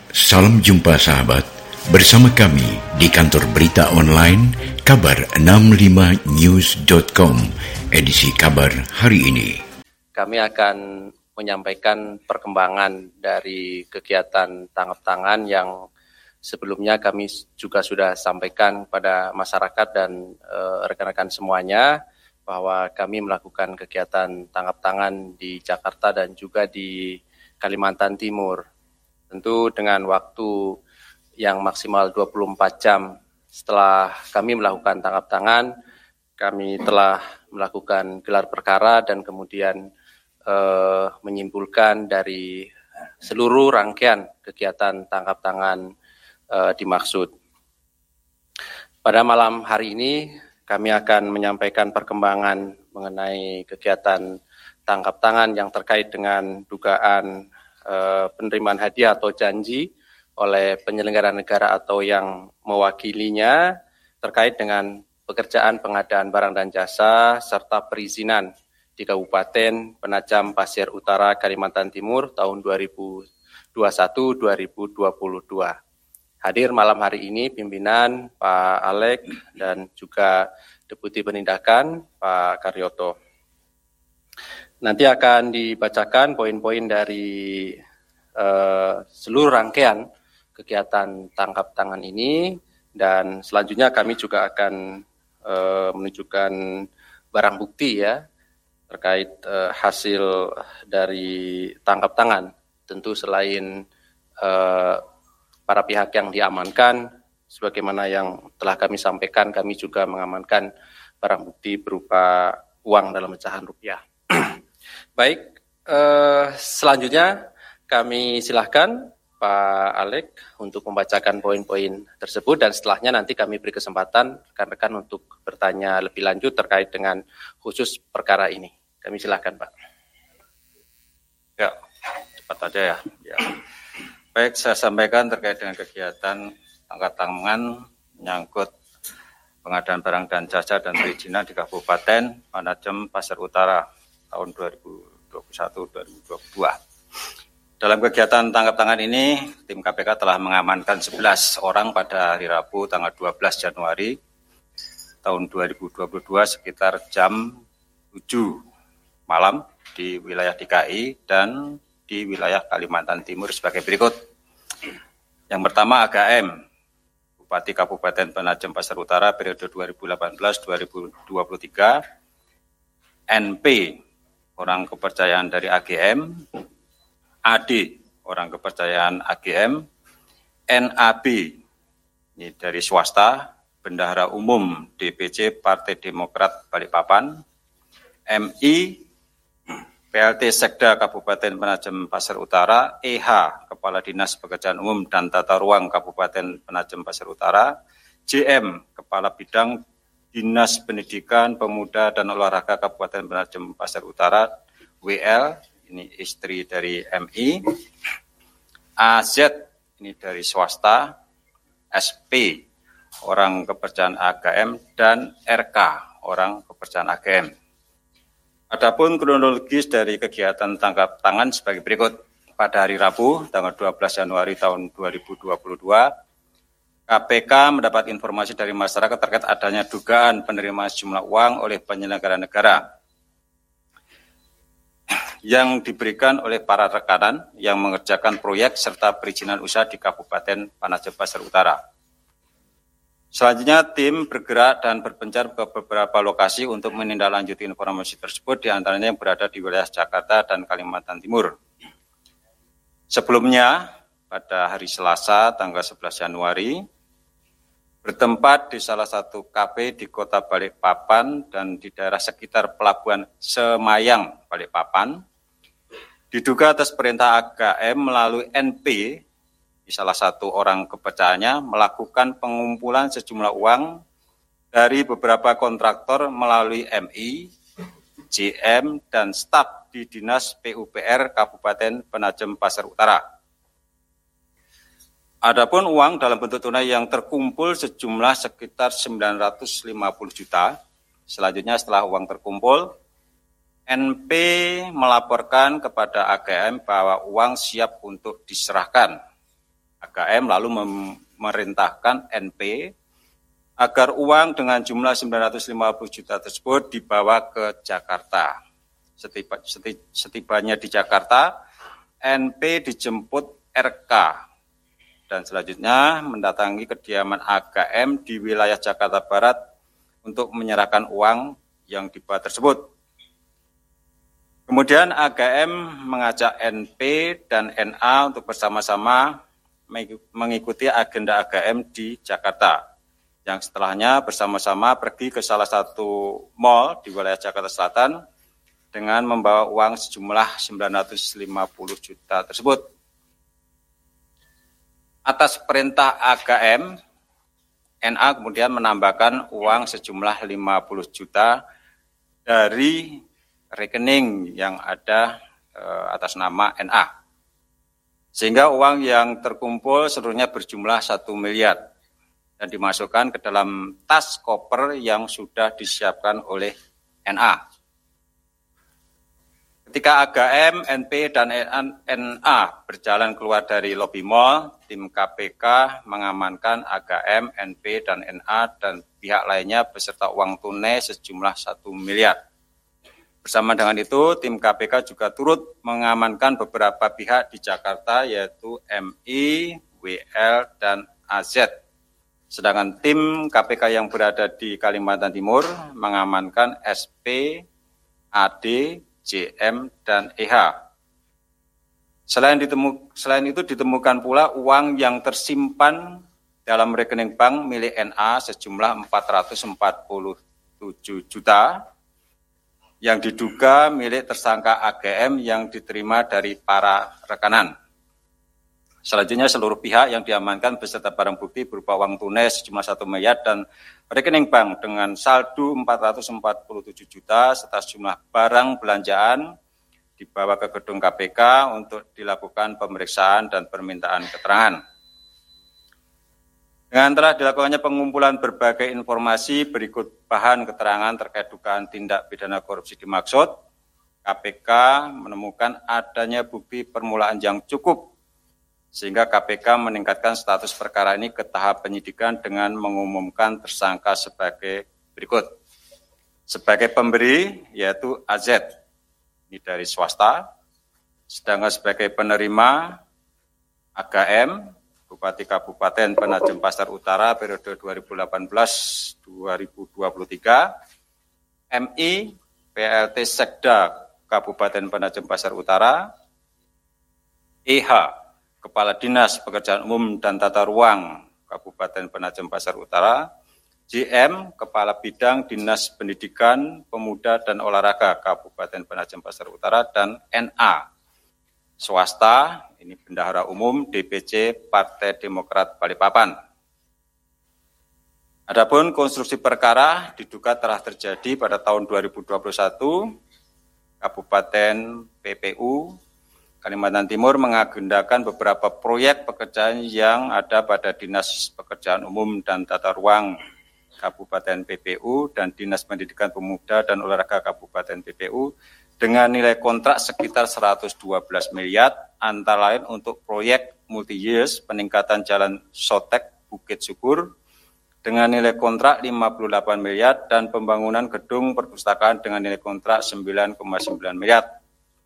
Salam jumpa sahabat, bersama kami di kantor berita online kabar65news.com, edisi kabar hari ini. Kami akan menyampaikan perkembangan dari kegiatan tangkap tangan yang sebelumnya kami juga sudah sampaikan pada masyarakat dan rekan-rekan semuanya bahwa kami melakukan kegiatan tangkap tangan di Jakarta dan juga di Kalimantan Timur. Tentu dengan waktu yang maksimal 24 jam setelah kami melakukan tangkap tangan, kami telah melakukan gelar perkara dan kemudian menyimpulkan dari seluruh rangkaian kegiatan tangkap tangan dimaksud. Pada malam hari ini kami akan menyampaikan perkembangan mengenai kegiatan tangkap tangan yang terkait dengan dugaan penerimaan hadiah atau janji oleh penyelenggara negara atau yang mewakilinya terkait dengan pekerjaan pengadaan barang dan jasa serta perizinan di Kabupaten Penajam Pasir Utara, Kalimantan Timur tahun 2021-2022. Hadir malam hari ini pimpinan Pak Alek dan juga Deputi Penindakan Pak Karyoto. Nanti akan dibacakan poin-poin dari seluruh rangkaian kegiatan tangkap tangan ini dan selanjutnya kami juga akan menunjukkan barang bukti ya terkait hasil dari tangkap tangan. Tentu selain para pihak yang diamankan, sebagaimana yang telah kami sampaikan, kami juga mengamankan barang bukti berupa uang dalam pecahan rupiah. Baik, selanjutnya kami silahkan Pak Alek untuk membacakan poin-poin tersebut dan setelahnya nanti kami beri kesempatan rekan-rekan untuk bertanya lebih lanjut terkait dengan khusus perkara ini. Kami silahkan Pak. Ya, cepat saja ya. Baik, saya sampaikan terkait dengan kegiatan tangkap tangan menyangkut pengadaan barang dan jasa dan perizinan di Kabupaten Penajam Pasir Utara tahun 2021-2022. Dalam kegiatan tangkap tangan ini, tim KPK telah mengamankan 11 orang pada hari Rabu tanggal 12 Januari tahun 2022 sekitar jam 7 malam di wilayah DKI dan di wilayah Kalimantan Timur sebagai berikut. Yang pertama AGM, Bupati Kabupaten Penajam Pasir Utara periode 2018-2023, NP, orang kepercayaan dari AGM, AD, orang kepercayaan AGM, NAB, ini dari swasta, Bendahara Umum DPC Partai Demokrat Balikpapan, MI, PLT Sekda Kabupaten Penajam Pasir Utara, EH, Kepala Dinas Pekerjaan Umum dan Tata Ruang Kabupaten Penajam Pasir Utara, JM, Kepala Bidang Dinas Pendidikan, Pemuda dan Olahraga Kabupaten Penajam Pasir Utara, WL, ini istri dari MI, AZ, ini dari swasta, SP, orang kepercayaan AGM, dan RK, orang kepercayaan AGM. Adapun kronologis dari kegiatan tangkap tangan sebagai berikut. Pada hari Rabu, tanggal 12 Januari tahun 2022, KPK mendapat informasi dari masyarakat terkait adanya dugaan penerimaan sejumlah uang oleh penyelenggara negara yang diberikan oleh para rekanan yang mengerjakan proyek serta perizinan usaha di Kabupaten Penajam Pasir Utara. Selanjutnya tim bergerak dan berpencar ke beberapa lokasi untuk menindaklanjuti informasi tersebut, di antaranya yang berada di wilayah Jakarta dan Kalimantan Timur. Sebelumnya, pada hari Selasa tanggal 11 Januari, bertempat di salah satu kafe di kota Balikpapan dan di daerah sekitar Pelabuhan Semayang, Balikpapan, diduga atas perintah AGM melalui NP, salah satu orang kepercayaannya, melakukan pengumpulan sejumlah uang dari beberapa kontraktor melalui MI, JM, dan staf di Dinas PUPR Kabupaten Penajam Pasir Utara. Adapun uang dalam bentuk tunai yang terkumpul sejumlah sekitar 950 juta. Selanjutnya setelah uang terkumpul, NP melaporkan kepada AGM bahwa uang siap untuk diserahkan. AGM lalu memerintahkan NP agar uang dengan jumlah 950 juta tersebut dibawa ke Jakarta. Setibanya di Jakarta, NP dijemput RK dan selanjutnya mendatangi kediaman AGM di wilayah Jakarta Barat untuk menyerahkan uang yang dibawa tersebut. Kemudian AGM mengajak NP dan NA untuk bersama-sama mengikuti agenda AGM di Jakarta. Yang setelahnya bersama-sama pergi ke salah satu mal di wilayah Jakarta Selatan dengan membawa uang sejumlah 950 juta tersebut. Atas perintah AGM, NA kemudian menambahkan uang sejumlah 50 juta dari rekening yang ada atas nama NA. Sehingga uang yang terkumpul seluruhnya berjumlah 1 miliar. Dan dimasukkan ke dalam tas koper yang sudah disiapkan oleh NA. Ketika AGM, NP, dan NA berjalan keluar dari lobi mal, tim KPK mengamankan AGM, NP, dan NA dan pihak lainnya beserta uang tunai sejumlah 1 miliar. Bersama dengan itu, tim KPK juga turut mengamankan beberapa pihak di Jakarta yaitu MI, WL, dan AZ. Sedangkan tim KPK yang berada di Kalimantan Timur mengamankan SP, AD, JM, dan EH. Selain itu ditemukan pula uang yang tersimpan dalam rekening bank milik NA sejumlah 447 juta yang diduga milik tersangka AGM yang diterima dari para rekanan. Selanjutnya seluruh pihak yang diamankan beserta barang bukti berupa uang tunai sejumlah 1 miliar dan rekening bank dengan saldo 447 juta serta sejumlah barang belanjaan dibawa ke gedung KPK untuk dilakukan pemeriksaan dan permintaan keterangan. Dengan telah dilakukannya pengumpulan berbagai informasi berikut bahan keterangan terkait dugaan tindak pidana korupsi dimaksud, KPK menemukan adanya bukti permulaan yang cukup sehingga KPK meningkatkan status perkara ini ke tahap penyidikan dengan mengumumkan tersangka sebagai berikut. Sebagai pemberi yaitu AZ, ini dari swasta, sedangkan sebagai penerima AGM, Bupati Kabupaten Penajem Pasar Utara periode 2018-2023, MI, PLT Sekda Kabupaten Penajem Pasar Utara, EH, Kepala Dinas Pekerjaan Umum dan Tata Ruang Kabupaten Penajem Pasar Utara, JM, Kepala Bidang Dinas Pendidikan, Pemuda dan Olahraga Kabupaten Penajem Pasar Utara, dan NA, swasta, ini Bendahara Umum DPC Partai Demokrat Balikpapan. Adapun konstruksi perkara diduga telah terjadi pada tahun 2021, Kabupaten PPU Kalimantan Timur mengagendakan beberapa proyek pekerjaan yang ada pada Dinas Pekerjaan Umum dan Tata Ruang Kabupaten PPU dan Dinas Pendidikan Pemuda dan Olahraga Kabupaten PPU dengan nilai kontrak sekitar 112 miliar, antara lain untuk proyek multi-years peningkatan Jalan Sotek Bukit Syukur dengan nilai kontrak 58 miliar dan pembangunan gedung perpustakaan dengan nilai kontrak 9,9 miliar.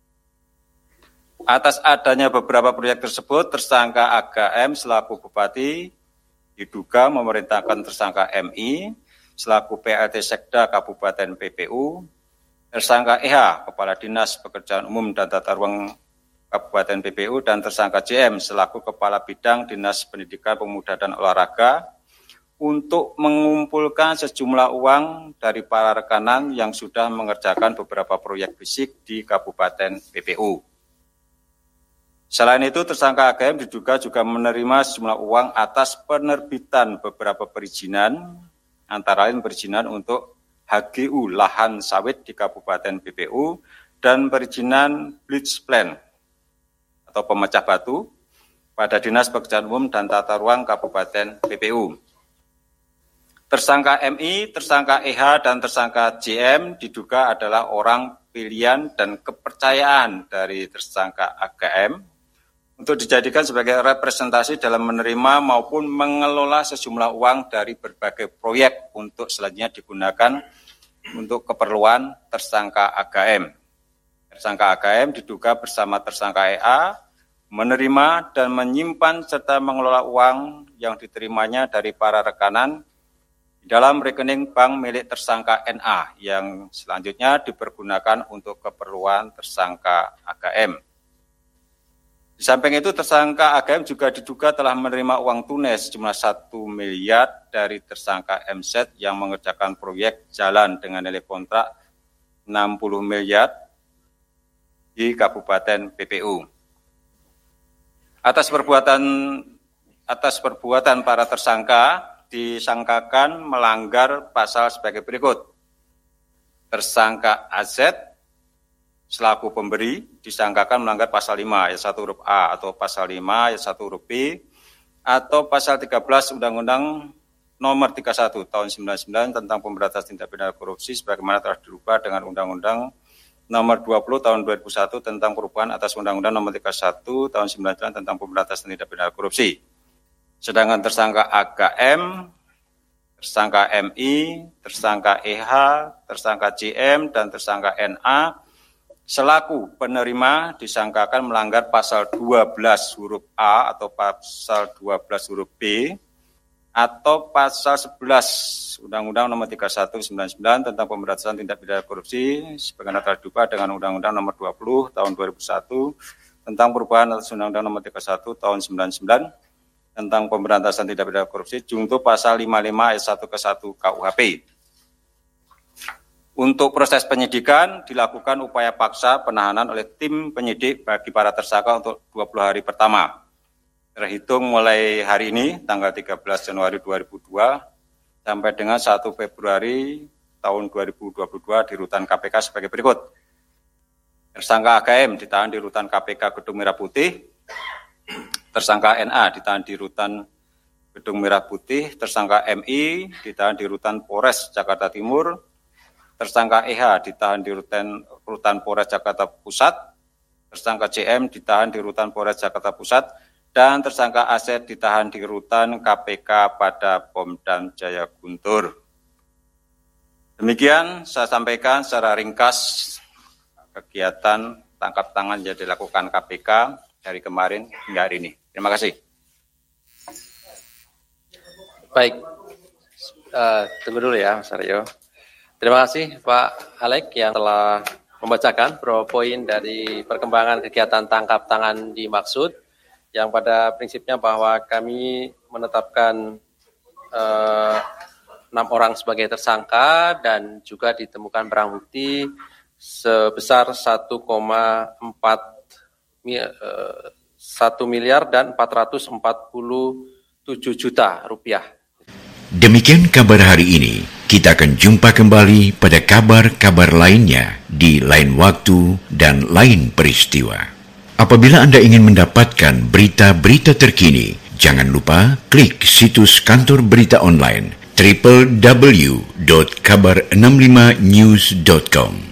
Atas adanya beberapa proyek tersebut, tersangka AGM selaku Bupati diduga memerintahkan tersangka MI selaku PLT Sekda Kabupaten PPU, tersangka EH Kepala Dinas Pekerjaan Umum dan Tata Ruang Kabupaten PPU, dan tersangka JM selaku Kepala Bidang Dinas Pendidikan Pemuda dan Olahraga untuk mengumpulkan sejumlah uang dari para rekanan yang sudah mengerjakan beberapa proyek fisik di Kabupaten PPU. Selain itu, tersangka AGM diduga juga menerima sejumlah uang atas penerbitan beberapa perizinan, antara lain perizinan untuk HGU lahan sawit di Kabupaten PPU dan perizinan bleach plant atau pemecah batu pada Dinas Pekerjaan Umum dan Tata Ruang Kabupaten PPU. Tersangka MI, tersangka EH, dan tersangka JM diduga adalah orang pilihan dan kepercayaan dari tersangka AGM untuk dijadikan sebagai representasi dalam menerima maupun mengelola sejumlah uang dari berbagai proyek untuk selanjutnya digunakan untuk keperluan tersangka AGM. Tersangka AGM diduga bersama tersangka EA menerima dan menyimpan serta mengelola uang yang diterimanya dari para rekanan dalam rekening bank milik tersangka NA yang selanjutnya dipergunakan untuk keperluan tersangka AGM. Di samping itu, tersangka AGM juga diduga telah menerima uang tunai sejumlah 1 miliar dari tersangka MZ yang mengerjakan proyek jalan dengan nilai kontrak 60 miliar di Kabupaten PPU. Atas perbuatan para tersangka disangkakan melanggar pasal sebagai berikut. Tersangka AZ selaku pemberi disangkakan melanggar pasal 5 ayat 1 huruf A atau pasal 5 ayat 1 huruf B atau pasal 13 Undang-Undang Nomor 31 Tahun 99 tentang Pemberantasan Tindak Pidana Korupsi sebagaimana telah dirubah dengan Undang-Undang Nomor 20 Tahun 2001 tentang perubahan atas Undang-Undang Nomor 31 Tahun 99 tentang Pemberantasan Tindak Pidana Korupsi. Sedangkan tersangka AGM, tersangka MI, tersangka EH, tersangka CM, dan tersangka NA selaku penerima disangkakan melanggar pasal 12 huruf A atau pasal 12 huruf B atau pasal 11 Undang-Undang Nomor 31/99 tentang Pemberantasan Tindak Pidana Korupsi sebagaimana telah diubah dengan Undang-Undang Nomor 20 Tahun 2001 tentang perubahan atas Undang-Undang Nomor 31 Tahun 99 tentang Pemberantasan Tindak Pidana Korupsi junto pasal 55 ayat 1 ke 1 KUHP. Untuk proses penyidikan dilakukan upaya paksa penahanan oleh tim penyidik bagi para tersangka untuk 20 hari pertama. Terhitung mulai hari ini, tanggal 13 Januari 2002, sampai dengan 1 Februari tahun 2022 di Rutan KPK sebagai berikut. Tersangka AGM ditahan di Rutan KPK Gedung Merah Putih. Tersangka NA ditahan di Rutan Gedung Merah Putih. Tersangka MI ditahan di Rutan Polres Jakarta Timur. Tersangka EH ditahan di Rutan Polres Jakarta Pusat, tersangka CM ditahan di Rutan Polres Jakarta Pusat, dan tersangka AZ ditahan di Rutan KPK pada Pom-Dam Jaya Guntur. Demikian saya sampaikan secara ringkas kegiatan tangkap tangan yang dilakukan KPK dari kemarin hingga hari ini. Terima kasih. Baik, tunggu dulu ya Mas Aryo. Terima kasih Pak Alek yang telah membacakan beberapa poin dari perkembangan kegiatan tangkap tangan dimaksud, yang pada prinsipnya bahwa kami menetapkan 6 orang sebagai tersangka dan juga ditemukan barang bukti sebesar 1 miliar dan 447 juta rupiah. Demikian kabar hari ini. Kita akan jumpa kembali pada kabar-kabar lainnya di lain waktu dan lain peristiwa. Apabila Anda ingin mendapatkan berita-berita terkini, jangan lupa klik situs kantor berita online www.kabar65news.com.